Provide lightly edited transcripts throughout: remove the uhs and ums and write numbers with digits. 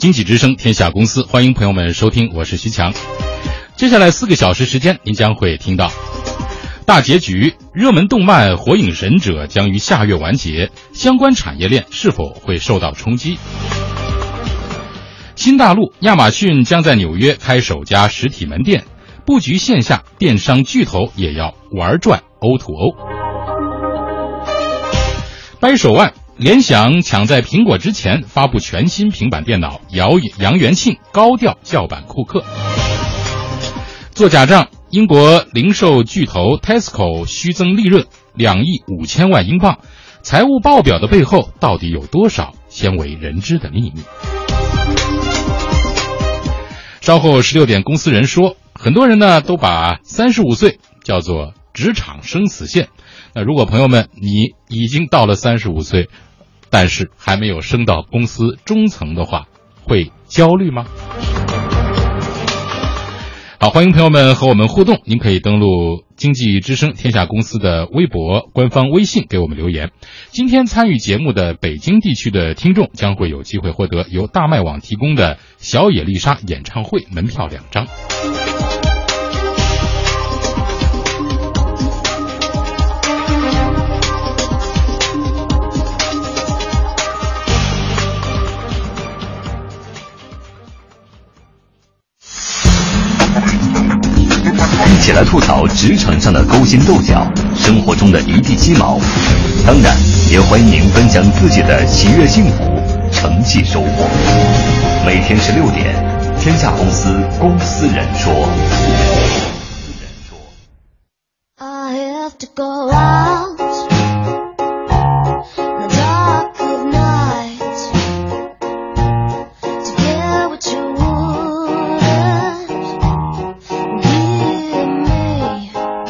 经济之声天下公司，欢迎朋友们收听，我是徐强。接下来4个小时时间，您将会听到大结局，热门动漫《火影忍者》将于下月完结，相关产业链是否会受到冲击？新大陆，亚马逊将在纽约开首家实体门店，布局线下，电商巨头也要玩转 O2O。掰手腕，联想抢在苹果之前发布全新平板电脑，杨元庆高调叫板库克。做假账，英国零售巨头 Tesco 虚增利润2亿5千万英镑，财务报表的背后到底有多少鲜为人知的秘密？稍后16点，公司人说，很多人呢都把35岁叫做职场生死线。那如果朋友们你已经到了35岁，但是还没有升到公司中层的话，会焦虑吗？好，欢迎朋友们和我们互动，您可以登录经济之声天下公司的微博官方微信给我们留言。今天参与节目的北京地区的听众将会有机会获得由大麦网提供的小野丽莎演唱会门票2张。 一起来吐槽职场上的勾心斗角，生活中的一地鸡毛。当然，也欢迎您分享自己的喜悦幸福、成绩收获。每天16点，天下公司公司人说。 I have to go out in the dark of night to get what you wouldn't give me。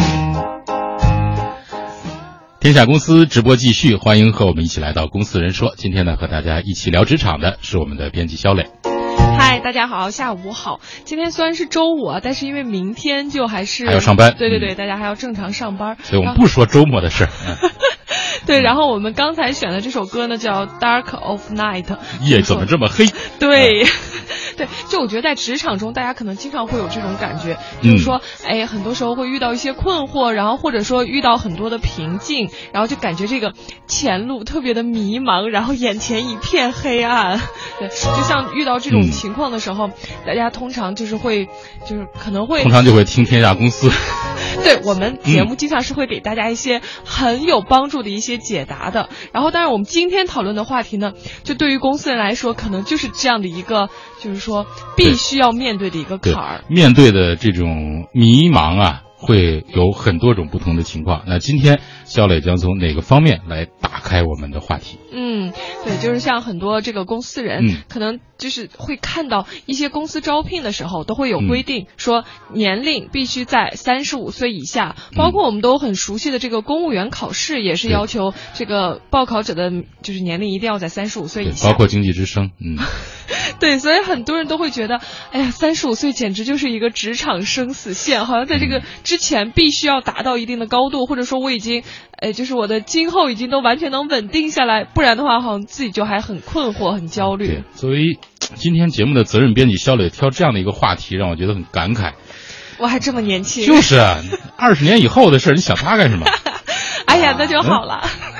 天下公司直播继续，欢迎和我们一起来到公司人说。今天呢，和大家一起聊职场的是我们的编辑肖磊。 嗨，大家好，下午好。今天虽然是周五啊，但是因为明天就还要上班， 对对对，大家还要正常上班， 所以我们不说周末的事儿。 对，然后我们刚才选的这首歌呢叫 Dark of Night。 夜怎么这么黑？ 对。对，就我觉得在职场中，大家可能经常会有这种感觉，就是说，很多时候会遇到一些困惑，然后或者说遇到很多的瓶颈，然后就感觉这个前路特别的迷茫，然后眼前一片黑暗。对，就像遇到这种情况的时候，大家通常就是可能会就会听天下公司。 对，我们节目经常是会给大家一些很有帮助的一些解答的。然后当然我们今天讨论的话题呢，就对于公司人来说，可能就是这样的一个，就是说必须要面对的一个坎儿。 面对的这种迷茫啊，会有很多种不同的情况。那今天肖磊将从哪个方面来打开我们的话题？ 对，就是像很多这个公司人，可能就是会看到一些公司招聘的时候都会有规定，说年龄必须在35岁以下，包括我们都很熟悉的这个公务员考试也是要求这个报考者的就是年龄一定要在35岁以下， 包括经济之声。 对，所以很多人都会觉得，哎呀，35岁简直就是一个职场生死线，好像在这个之前必须要达到一定的高度，或者说我已经，就是我的今后已经都完全能稳定下来，不然的话，好像自己就还很困惑、很焦虑。 对，作为今天节目的责任编辑肖磊挑这样的一个话题，让我觉得很感慨。 我还这么年轻。 就是啊，20年以后的事，你想他干什么？ 哎呀，那就好了。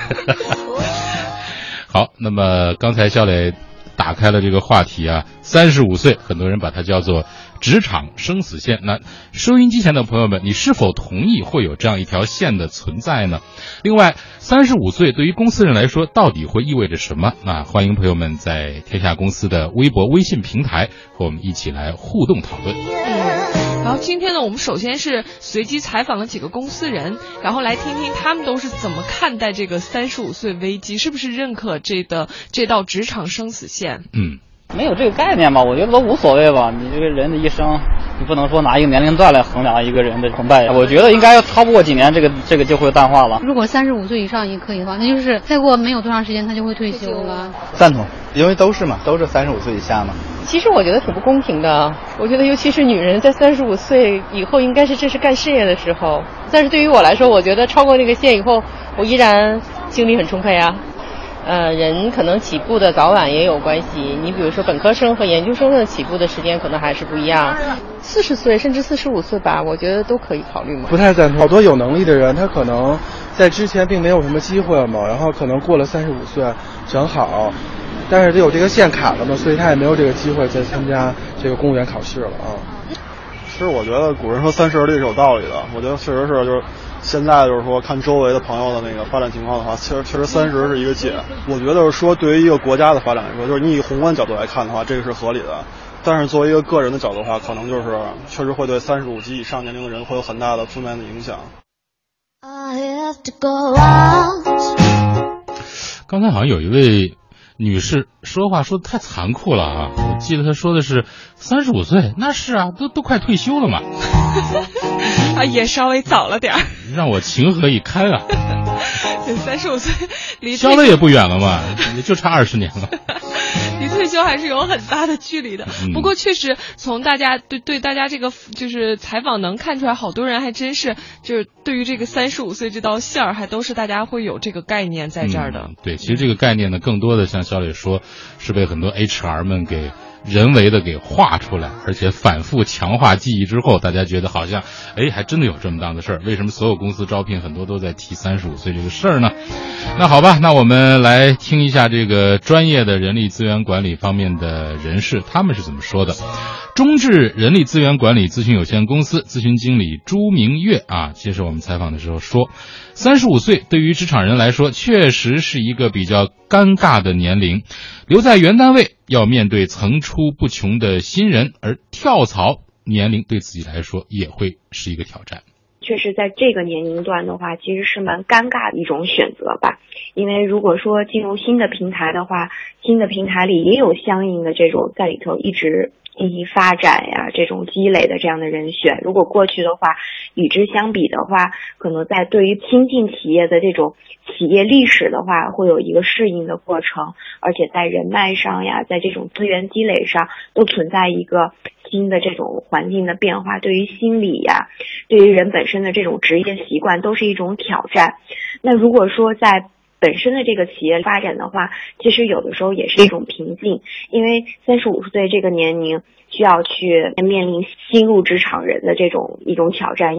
好，那么刚才肖磊打开了这个话题啊，35岁，很多人把它叫做职场生死线。那收音机前的朋友们，你是否同意会有这样一条线的存在呢？另外，35岁对于公司人来说到底会意味着什么？那欢迎朋友们在天下公司的微博、微信平台和我们一起来互动讨论。 然后今天呢，我们首先是随机采访了几个公司人，然后来听听他们都是怎么看待这个35岁危机，是不是认可这道职场生死线？ 没有这个概念吧，我觉得都无所谓吧。你这个人的一生，你不能说拿一个年龄段来衡量一个人的成败。我觉得应该要超不过几年，这个就会淡化了。 如果35岁以上也可以的话，那就是再过没有多长时间他就会退休了。 赞同，因为都是35岁以下嘛。 其实我觉得挺不公平的，我觉得尤其是女人在35岁以后应该是正式干事业的时候，但是对于我来说，我觉得超过那个线以后，我依然精力很充沛啊。 人可能起步的早晚也有关系。你比如说本科生和研究生的起步的时间可能还是不一样。40岁甚至45岁吧，我觉得都可以考虑嘛。 不太赞同，好多有能力的人，他可能在之前并没有什么机会嘛，然后可能过了35岁正好，但是他有这个线卡了嘛，所以他也没有这个机会再参加这个公务员考试了啊。 其实我觉得古人说30而立是有道理的，我觉得确实是，就是现在就是说看周围的朋友的那个发展情况的话，确实30是一个界。我觉得就是说对于一个国家的发展来说，就是你以宏观角度来看的话，这个是合理的。但是作为一个个人的角度的话，可能就是确实会对35及以上年龄的人会有很大的负面的影响。 刚才好像有一位女士说话说的太残酷了啊！我记得她说的是35岁，那是啊，都快退休了嘛。 啊，也稍微早了点儿。 让我情何以堪啊 ！35岁离消了也不远了嘛，也就差20年了。 离退休还是有很大的距离的。不过确实从大家对大家这个就是采访能看出来，好多人还真是就是对于这个35岁这道线儿，还都是大家会有这个概念在这儿的。 对，其实这个概念呢，更多的像小磊说，是被很多 HR 们给人为的给画出来，而且反复强化记忆之后，大家觉得好像还真的有这么档子事儿。为什么所有公司招聘很多都在提35岁这个事儿呢？那好吧，那我们来听一下这个专业的人力资源管理方面的人士他们是怎么说的。中智人力资源管理咨询有限公司咨询经理朱明月接受我们采访的时候说，35岁对于职场人来说确实是一个比较尴尬的年龄，留在原单位要面对层出不穷的新人，而跳槽年龄对自己来说也会是一个挑战。 确实在这个年龄段的话，其实是蛮尴尬的一种选择吧。因为如果说进入新的平台的话，新的平台里也有相应的这种在里头一直发展呀，这种积累的这样的人选。如果过去的话，与之相比的话，可能在对于新进企业的这种企业历史的话，会有一个适应的过程，而且在人脉上呀，在这种资源积累上，都存在一个新的这种环境的变化，对于心理呀，对于人本身的这种职业习惯都是一种挑战。那如果说在本身的这个企业发展的话，其实有的时候也是一种瓶颈，因为35岁这个年龄需要去面临新入职场人的这种一种挑战。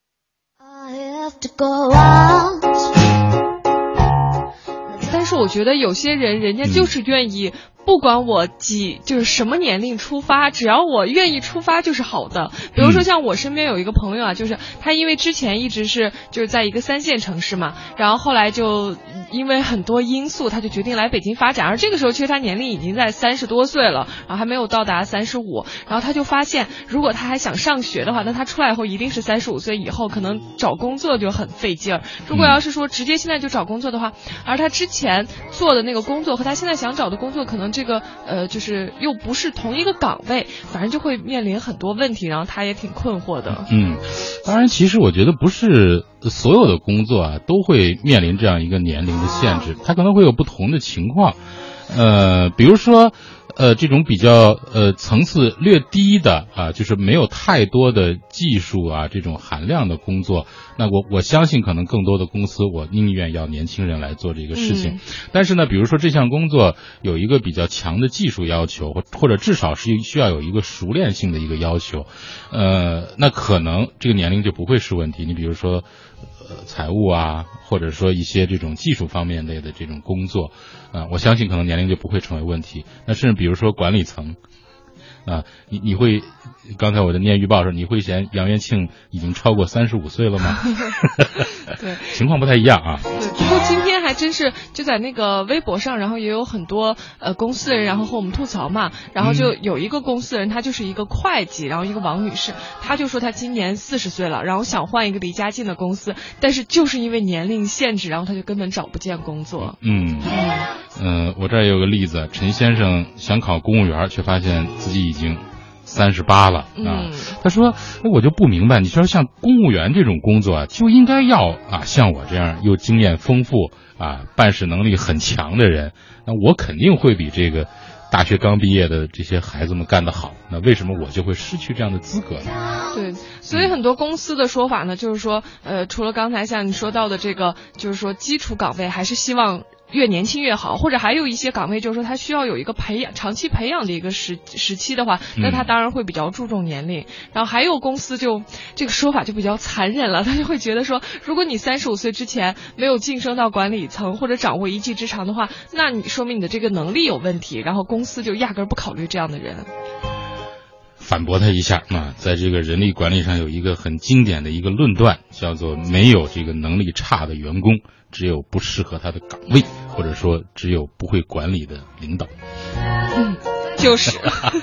但是我觉得有些人人家就是愿意不管我就是什么年龄出发，只要我愿意出发就是好的。比如说像我身边有一个朋友就是他因为之前一直是就是在一个3线城市嘛，然后后来就因为很多因素他就决定来北京发展，而这个时候其实他年龄已经在30多岁了，然后还没有到达35，然后他就发现如果他还想上学的话，那他出来以后一定是35岁以后，可能找工作就很费劲儿。如果要是说直接现在就找工作的话，而他之前做的那个工作和他现在想找的工作可能这个就是又不是同一个岗位，反正就会面临很多问题，然后他也挺困惑的。 当然其实我觉得不是所有的工作都会面临这样一个年龄的限制，它可能会有不同的情况。比如说这种比较层次略低的就是没有太多的技术这种含量的工作，那我相信可能更多的公司我宁愿要年轻人来做这个事情。但是呢，比如说这项工作有一个比较强的技术要求，或者至少是需要有一个熟练性的一个要求，那可能这个年龄就不会是问题。你比如说财务或者说一些这种技术方面类的这种工作我相信可能年龄就不会成为问题。那甚至比如说管理层你会刚才我在念预报的时候，你会嫌杨元庆已经超过35岁了吗？ 对， 情况不太一样对，不过今天还真是就在那个微博上，然后也有很多公司的人然后和我们吐槽嘛，然后就有一个公司的人，他就是一个会计，然后一个王女士，她就说她今年40岁了，然后想换一个离家近的公司，但是就是因为年龄限制，然后她就根本找不见工作。 我这儿有个例子，陈先生想考公务员，却发现自己已经38了他说我就不明白，你说像公务员这种工作就应该要像我这样又经验丰富办事能力很强的人，那我肯定会比这个大学刚毕业的这些孩子们干得好，那为什么我就会失去这样的资格呢？ 对，所以很多公司的说法呢，就是说除了刚才像你说到的这个就是说基础岗位，还是希望越年轻越好，或者还有一些岗位就是说他需要有一个长期培养的一个时期的话，那他当然会比较注重年龄。然后还有公司就这个说法就比较残忍了，他就会觉得说，如果你35岁之前没有晋升到管理层或者掌握一技之长的话，那你说明你的这个能力有问题，然后公司就压根不考虑这样的人。 反驳他一下啊，在这个人力管理上有一个很经典的一个论断，叫做没有这个能力差的员工，只有不适合他的岗位，或者说只有不会管理的领导。 就是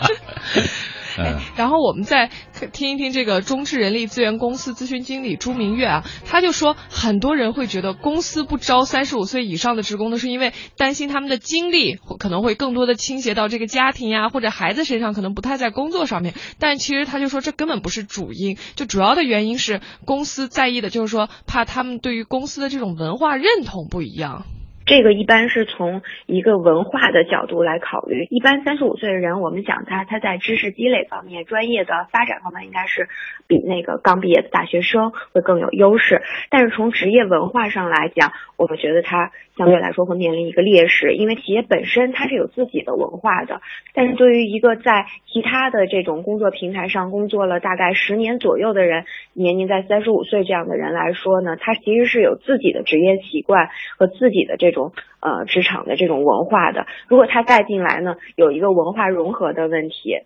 然后我们再听一听这个中智人力资源公司咨询经理朱明月啊，他就说很多人会觉得公司不招35岁以上的职工呢，是因为担心他们的精力可能会更多的倾斜到这个家庭呀或者孩子身上，可能不太在工作上面。但其实他就说这根本不是主因，就主要的原因是公司在意的就是说怕他们对于公司的这种文化认同不一样。 这个一般是从一个文化的角度来考虑。一般35岁的人，我们讲他在知识积累方面、专业的发展方面，应该是比那个刚毕业的大学生会更有优势。但是从职业文化上来讲，我们觉得他相对来说会面临一个劣势，因为企业本身它是有自己的文化的。但是对于一个在其他的这种工作平台上工作了大概10年左右的人，年龄在35岁这样的人来说呢，他其实是有自己的职业习惯和自己的这种职场的这种文化的。如果他带进来呢，有一个文化融合的问题。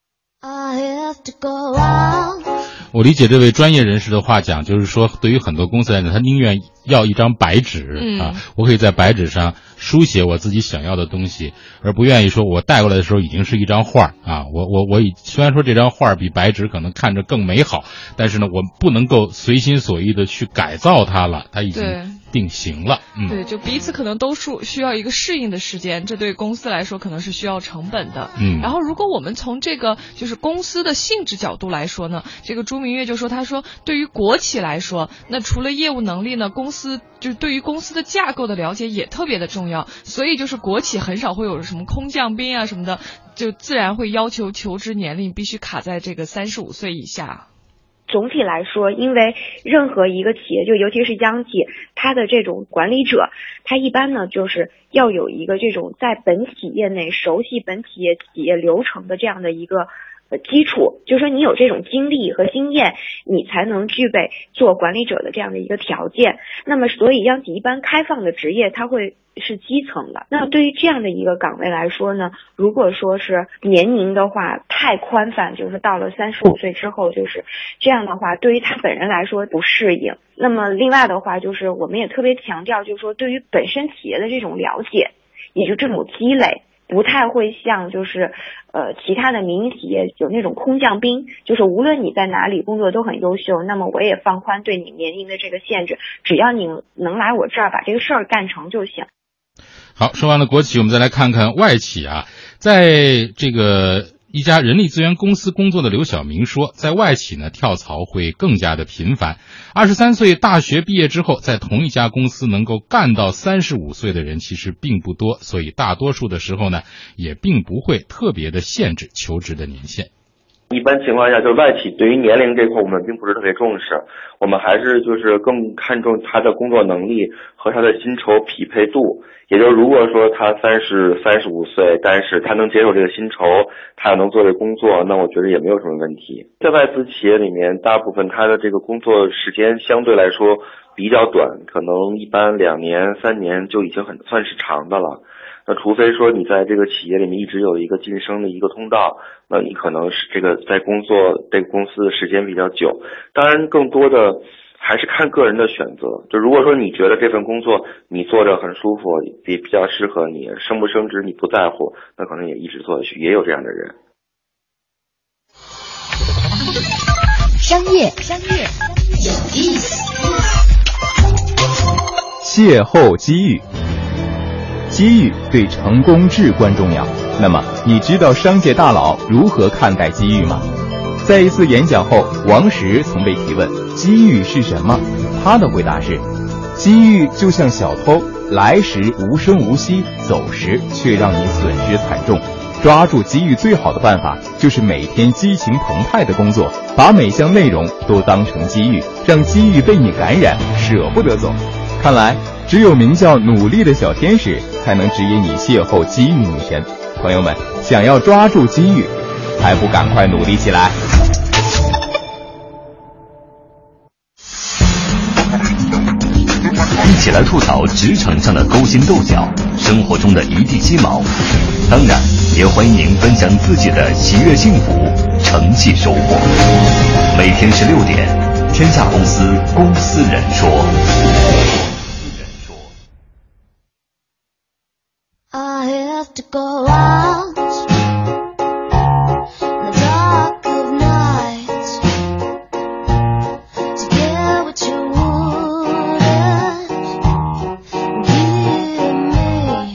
我理解这位专业人士的话讲，就是说对于很多公司来讲，他宁愿要一张白纸我可以在白纸上书写我自己想要的东西，而不愿意说我带过来的时候已经是一张画我虽然说这张画比白纸可能看着更美好，但是呢我不能够随心所欲的去改造它了，它已经定型了。 对，就彼此可能都需要一个适应的时间，这对公司来说可能是需要成本的。然后如果我们从这个就是公司的性质角度来说呢，这个朱明月就说，他说对于国企来说，那除了业务能力呢，公司就是对于公司的架构的了解也特别的重要，所以就是国企很少会有什么空降兵啊什么的，就自然会要求求职年龄必须卡在这个35岁以下。 总体来说，因为任何一个企业，就尤其是央企，它的这种管理者，他一般呢就是要有一个这种在本企业内熟悉本企业流程的这样的一个基础，就是说你有这种经历和经验，你才能具备做管理者的这样的一个条件。那么所以央企一般开放的职业它会是基层的。那对于这样的一个岗位来说呢，如果说是年龄的话太宽泛，就是到了35岁之后，就是这样的话对于他本人来说不适应。那么另外的话就是我们也特别强调，就是说对于本身企业的这种了解，也就这种积累，不太会像就是其他的民营企业有那种空降兵，就是无论你在哪里工作都很优秀，那么我也放宽对你年龄的这个限制，只要你能来我这儿把这个事儿干成就行。 好，说完了国企，我们再来看看外企啊。在这个一家人力资源公司工作的刘晓明说，在外企呢跳槽会更加的频繁。23岁大学毕业之后，在同一家公司能够干到35岁的人其实并不多，所以大多数的时候呢，也并不会特别的限制求职的年限。 一般情况下，就是外企对于年龄这块我们并不是特别重视，我们还是就是更看重他的工作能力和他的薪酬匹配度。也就是如果说他35岁，但是他能接受这个薪酬，他能做这工作，那我觉得也没有什么问题。在外资企业里面，大部分他的这个工作时间相对来说比较短，可能一般2年3年就已经算是长的了。那除非说你在这个企业里面一直有一个晋升的一个通道，那你可能是这个在工作这个公司的时间比较久。当然更多的还是看个人的选择，就如果说你觉得这份工作你做着很舒服，也比较适合你，升不升职你不在乎，那可能也一直做下去，也有这样的人。 商业有意思。 邂逅机遇，机遇对成功至关重要。那么你知道商界大佬如何看待机遇吗？在一次演讲后，王石曾被提问机遇是什么，他的回答是，机遇就像小偷，来时无声无息，走时却让你损失惨重。抓住机遇最好的办法就是每天激情澎湃的工作，把每项内容都当成机遇，让机遇被你感染，舍不得走。看来只有名叫努力的小天使，才能指引你邂逅机遇那天。朋友们，想要抓住机遇，还不赶快努力起来！ 一起来吐槽职场上的勾心斗角，生活中的一地鸡毛。当然，也欢迎您分享自己的喜悦幸福、成绩收获。每天16点，天下公司公司人说。 I have to go out in the dark of night to get what you wouldn't give me。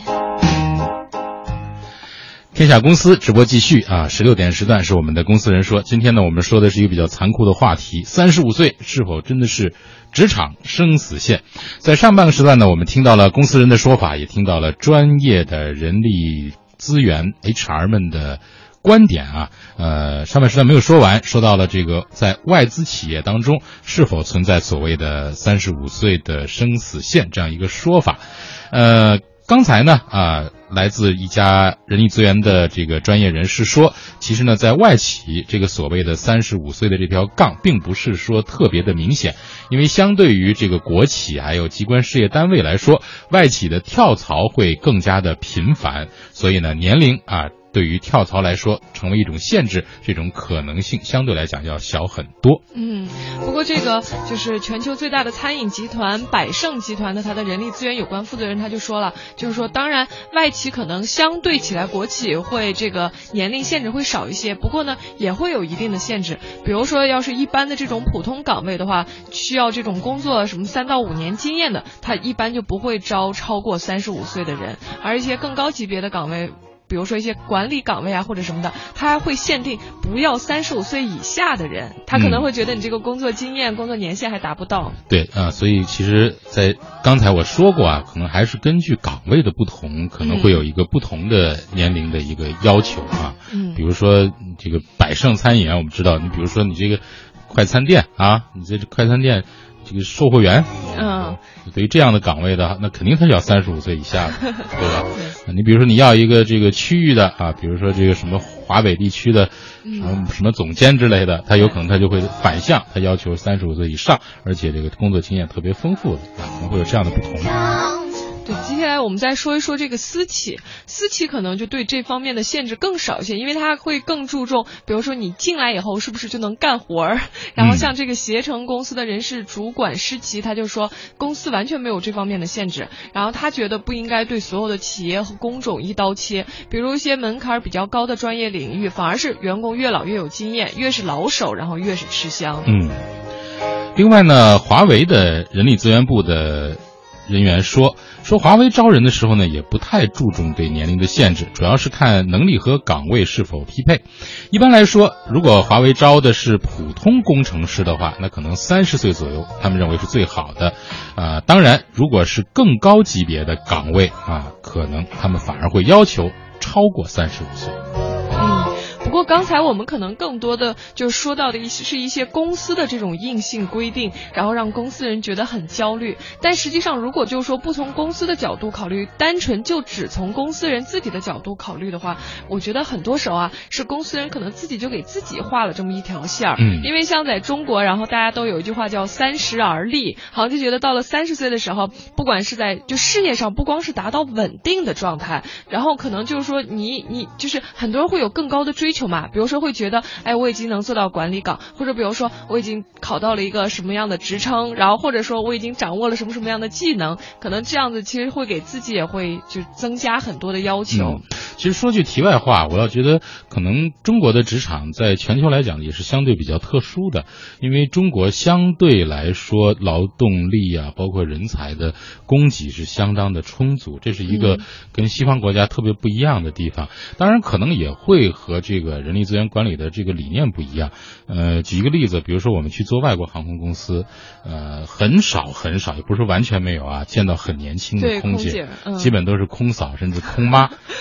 天下公司直播继续啊，16点时段是我们的公司人说。今天呢，我们说的是一个比较残酷的话题，35岁是否真的是职场生死线？在上半个时段呢，我们听到了公司人的说法，也听到了专业的人力资源 HR 们的观点啊。上半时段没有说完，说到了这个在外资企业当中是否存在所谓的35岁的生死线这样一个说法。刚才呢来自一家人力资源的这个专业人士说，其实呢在外企这个所谓的35岁的这条杠并不是说特别的明显，因为相对于这个国企还有机关事业单位来说，外企的跳槽会更加的频繁，所以呢年龄对于跳槽来说成为一种限制，这种可能性相对来讲要小很多。 不过这个就是全球最大的餐饮集团百胜集团的它的人力资源有关负责人他就说了，就是说当然外企可能相对起来国企会这个年龄限制会少一些，不过呢也会有一定的限制，比如说要是一般的这种普通岗位的话，需要这种工作什么3到5年经验的，他一般就不会招超过35岁的人，而一些更高级别的岗位，比如说一些管理岗位啊或者什么的，他还会限定不要35岁以下的人，他可能会觉得你这个工作经验、工作年限还达不到。 对所以其实在刚才我说过可能还是根据岗位的不同，可能会有一个不同的年龄的一个要求比如说这个百胜餐饮我们知道，你比如说你这个快餐店你这快餐店这个售货员对于这样的岗位的，那肯定他是要35岁以下的，对吧？你比如说你要一个这个区域的比如说这个什么华北地区的什么总监之类的，他有可能他就会反向，他要求35岁以上，而且这个工作经验特别丰富的可能会有这样的不同。 对，接下来我们再说一说这个私企可能就对这方面的限制更少一些，因为它会更注重比如说你进来以后是不是就能干活儿，然后像这个携程公司的人事主管施琪他就说公司完全没有这方面的限制，然后他觉得不应该对所有的企业和工种一刀切，比如一些门槛比较高的专业领域，反而是员工越老越有经验，越是老手然后越是吃香。 另外呢，华为的人力资源部的人员说华为招人的时候呢，也不太注重对年龄的限制，主要是看能力和岗位是否匹配。一般来说，如果华为招的是普通工程师的话，那可能30岁左右他们认为是最好的。当然如果是更高级别的岗位可能他们反而会要求超过35岁。 不过刚才我们可能更多的就说到的是一些公司的这种硬性规定，然后让公司人觉得很焦虑，但实际上如果就是说不从公司的角度考虑，单纯就只从公司人自己的角度考虑的话，我觉得很多时候是公司人可能自己就给自己画了这么一条线儿。因为像在中国，然后大家都有一句话叫30而立，好像就觉得到了30岁的时候，不管是在就事业上不光是达到稳定的状态，然后可能就是说你就是很多人会有更高的追求嘛，比如说会觉得我已经能做到管理岗，或者比如说我已经考到了一个什么样的职称，然后或者说我已经掌握了什么样的技能，可能这样子其实会给自己也会就增加很多的要求。 其实说句题外话，我要觉得可能中国的职场在全球来讲也是相对比较特殊的，因为中国相对来说劳动力包括人才的供给是相当的充足，这是一个跟西方国家特别不一样的地方。当然可能也会和这个人力资源管理的这个理念不一样。举一个例子，比如说我们去做外国航空公司，很少也不是说完全没有见到很年轻的空姐，基本都是空嫂甚至空妈对。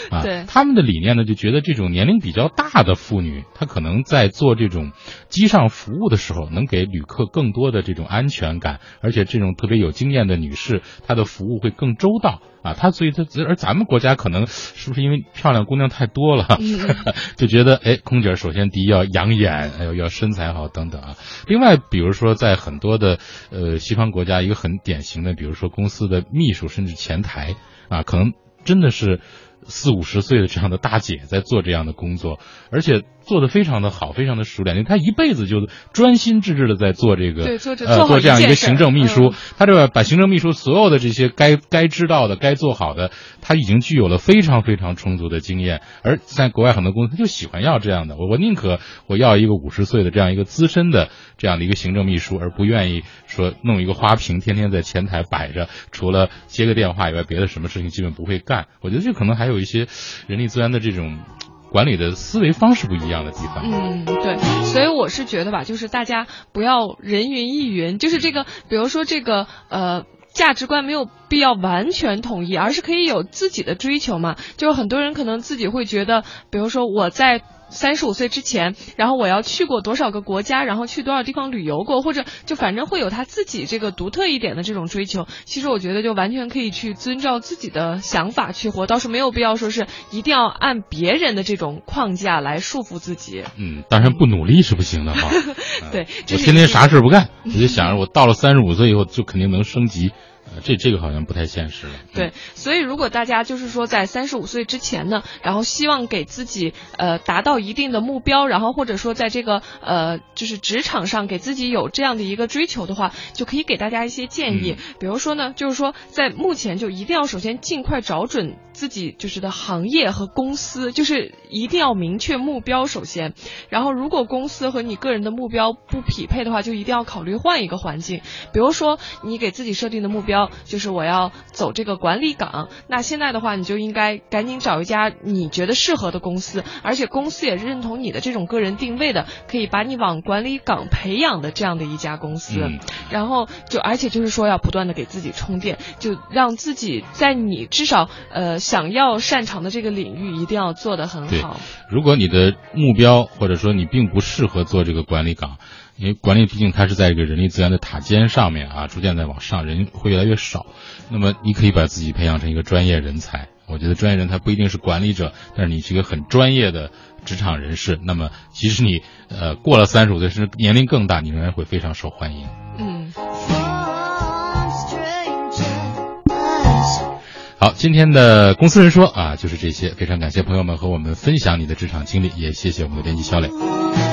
他们的理念呢，就觉得这种年龄比较大的妇女，她可能在做这种机上服务的时候，能给旅客更多的这种安全感，而且这种特别有经验的女士，她的服务会更周到啊。而咱们国家可能是不是因为漂亮姑娘太多了，就觉得空姐首先第一要养眼，要身材好等等啊。另外，比如说在很多的西方国家，一个很典型的，比如说公司的秘书甚至前台啊，可能真的是40-50岁的这样的大姐在做这样的工作，而且做得非常的好，非常的熟练。她一辈子就专心致志的在做这个，做这样一个行政秘书。她这把行政秘书所有的这些该知道的、该做好的，她已经具有了非常非常充足的经验。而在国外很多公司就喜欢要这样的，我宁可我要一个50岁的这样一个资深的这样的一个行政秘书，而不愿意说弄一个花瓶天天在前台摆着，除了接个电话以外，别的什么事情基本不会干。我觉得这可能还有一些人力资源的这种管理的思维方式不一样的地方。 对，所以我是觉得吧，就是大家不要人云亦云，就是这个，比如说这个价值观没有必要完全统一，而是可以有自己的追求嘛。就是很多人可能自己会觉得，比如说我在35岁之前，然后我要去过多少个国家，然后去多少地方旅游过，或者就反正会有他自己这个独特一点的这种追求。其实我觉得就完全可以去遵照自己的想法去活，倒是没有必要说是一定要按别人的这种框架来束缚自己。 当然不努力是不行的哈。 对， 我天天啥事不干，我就想着我到了35岁以后就肯定能升级。这个好像不太现实了。 对，所以如果大家就是说在35岁之前呢，然后希望给自己达到一定的目标，然后或者说在这个就是职场上给自己有这样的一个追求的话，就可以给大家一些建议。比如说呢，就是说在目前就一定要首先尽快找准自己就是的行业和公司，就是一定要明确目标首先。然后如果公司和你个人的目标不匹配的话，就一定要考虑换一个环境。比如说你给自己设定的目标就是我要走这个管理岗，那现在的话你就应该赶紧找一家你觉得适合的公司，而且公司也认同你的这种个人定位的，可以把你往管理岗培养的这样的一家公司。然后而且就是说要不断的给自己充电，就让自己在你至少想要擅长的这个领域一定要做得很好。 如果你的目标或者说你并不适合做这个管理岗，因为管理毕竟它是在这个人力资源的塔尖上面啊，逐渐在往上，人会越来越少。那么你可以把自己培养成一个专业人才。我觉得专业人才不一定是管理者，但是你是一个很专业的职场人士，那么即使你过了35岁，甚至年龄更大，你仍然会非常受欢迎。好，今天的公司人说啊，就是这些。非常感谢朋友们和我们分享你的职场经历，也谢谢我们的编辑小磊。